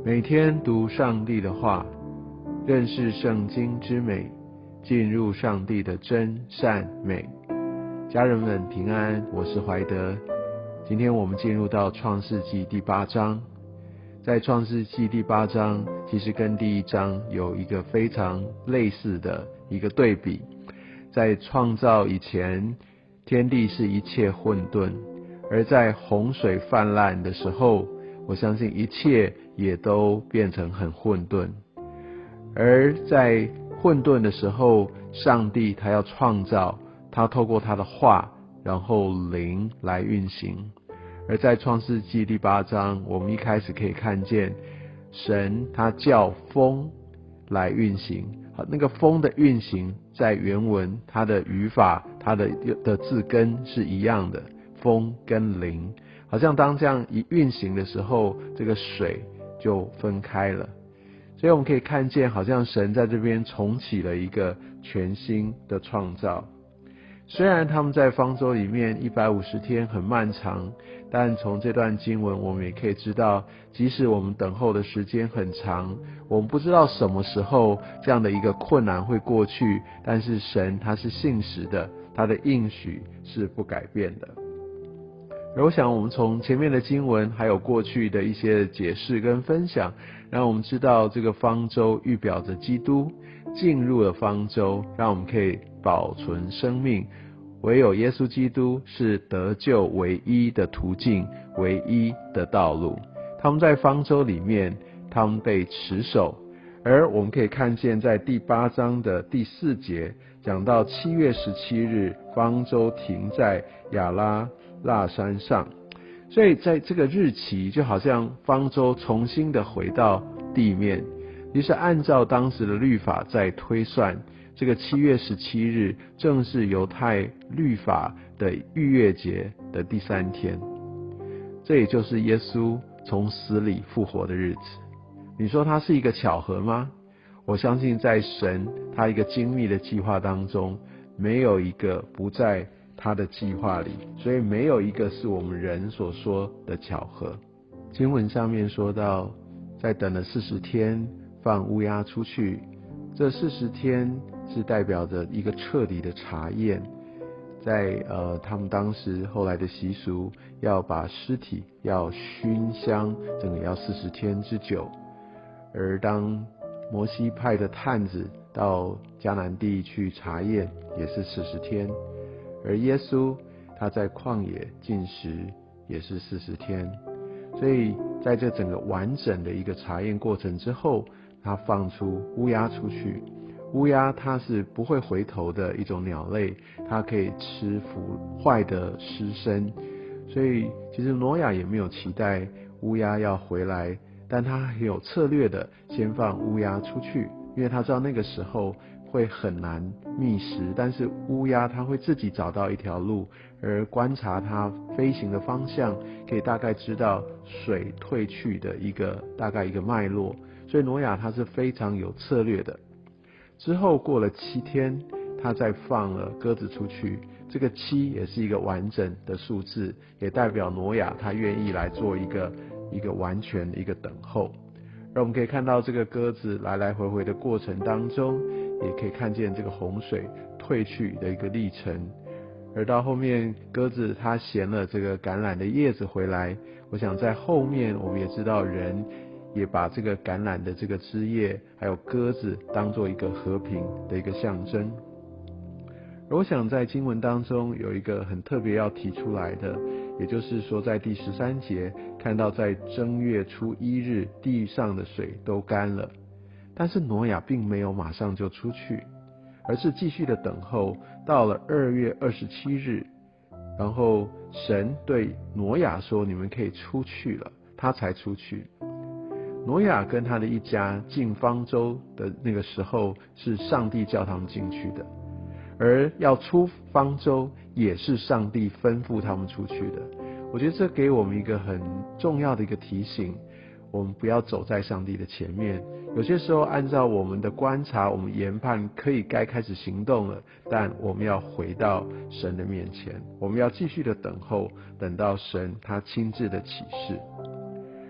每天读上帝的话，认识圣经之美，进入上帝的真善美。家人们平安，我是怀德。今天我们进入到创世纪第8章。在创世纪第8章，其实跟第1章有一个非常类似的一个对比。在创造以前，天地是一切混沌，而在洪水泛滥的时候，我相信一切也都变成很混沌。而在混沌的时候，上帝他要创造，他透过他的话，然后灵来运行。而在创世纪第8章，我们一开始可以看见神他叫风来运行。那个风的运行在原文它的语法它的字根是一样的，风跟灵，好像当这样一运行的时候，这个水就分开了。所以我们可以看见，好像神在这边重启了一个全新的创造。虽然他们在方舟里面150天很漫长，但从这段经文我们也可以知道，即使我们等候的时间很长，我们不知道什么时候这样的一个困难会过去，但是神他是信实的，他的应许是不改变的。而我想我们从前面的经文还有过去的一些解释跟分享，让我们知道这个方舟预表着基督进入了方舟，让我们可以保存生命。唯有耶稣基督是得救唯一的途径，唯一的道路。他们在方舟里面，他们被持守。而我们可以看见在第8章的第4节讲到7月17日方舟停在亚拉腊山上，所以在这个日期就好像方舟重新的回到地面。于是按照当时的律法在推算，这个7月17日正是犹太律法的逾越节的第3天，这也就是耶稣从死里复活的日子。你说它是一个巧合吗？我相信在神他一个精密的计划当中，没有一个不在他的计划里，所以没有一个是我们人所说的巧合。经文上面说到，在等了40天放乌鸦出去，这40天是代表着一个彻底的查验。在他们当时后来的习俗，要把尸体要熏香，整个要40天之久。而当摩西派的探子到迦南地去查验，也是40天。而耶稣他在旷野禁食也是40天。所以在这整个完整的一个查验过程之后，他放出乌鸦出去。乌鸦它是不会回头的一种鸟类，它可以吃腐坏的尸身。所以其实挪亚也没有期待乌鸦要回来，但他很有策略的先放乌鸦出去，因为他知道那个时候会很难觅食，但是乌鸦它会自己找到一条路，而观察它飞行的方向，可以大概知道水退去的大概一个脉络。所以挪亚他是非常有策略的。之后过了7天，他再放了鸽子出去，这个7也是一个完整的数字，也代表挪亚他愿意来做一个完全的一个等候。而我们可以看到这个鸽子来来回回的过程当中，也可以看见这个洪水退去的一个历程。而到后面鸽子它衔了这个橄榄的叶子回来，我想在后面我们也知道人也把这个橄榄的这个枝叶还有鸽子当作一个和平的一个象征。而我想在经文当中有一个很特别要提出来的，也就是说在第13节看到在正月初1日地上的水都干了，但是挪亚并没有马上就出去，而是继续的等候，到了2月27日，然后神对挪亚说你们可以出去了，他才出去。挪亚跟他的一家进方舟的那个时候，是上帝叫他们进去的，而要出方舟也是上帝吩咐他们出去的。我觉得这给我们一个很重要的一个提醒，我们不要走在上帝的前面。有些时候按照我们的观察，我们研判该开始行动了，但我们要回到神的面前，我们要继续的等候，等到神他亲自的启示。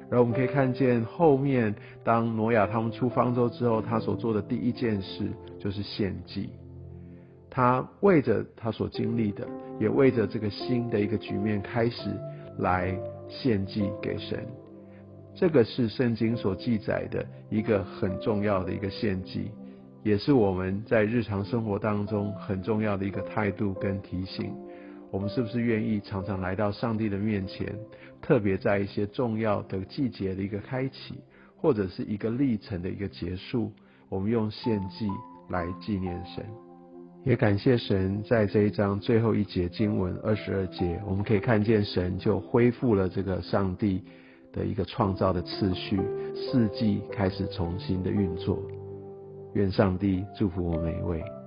然后我们可以看见后面，当挪亚他们出方舟之后，他所做的第一件事就是献祭。他为着他所经历的，也为着这个新的一个局面开始来献祭给神。这个是圣经所记载的一个很重要的一个献祭，也是我们在日常生活当中很重要的一个态度跟提醒。我们是不是愿意常常来到上帝的面前，特别在一些重要的季节的一个开启，或者是一个历程的一个结束，我们用献祭来纪念神。也感谢神，在这一章最后一节经文22节，我们可以看见神就恢复了这个上帝的一个创造的次序，四季开始重新的运作。愿上帝祝福我们每一位。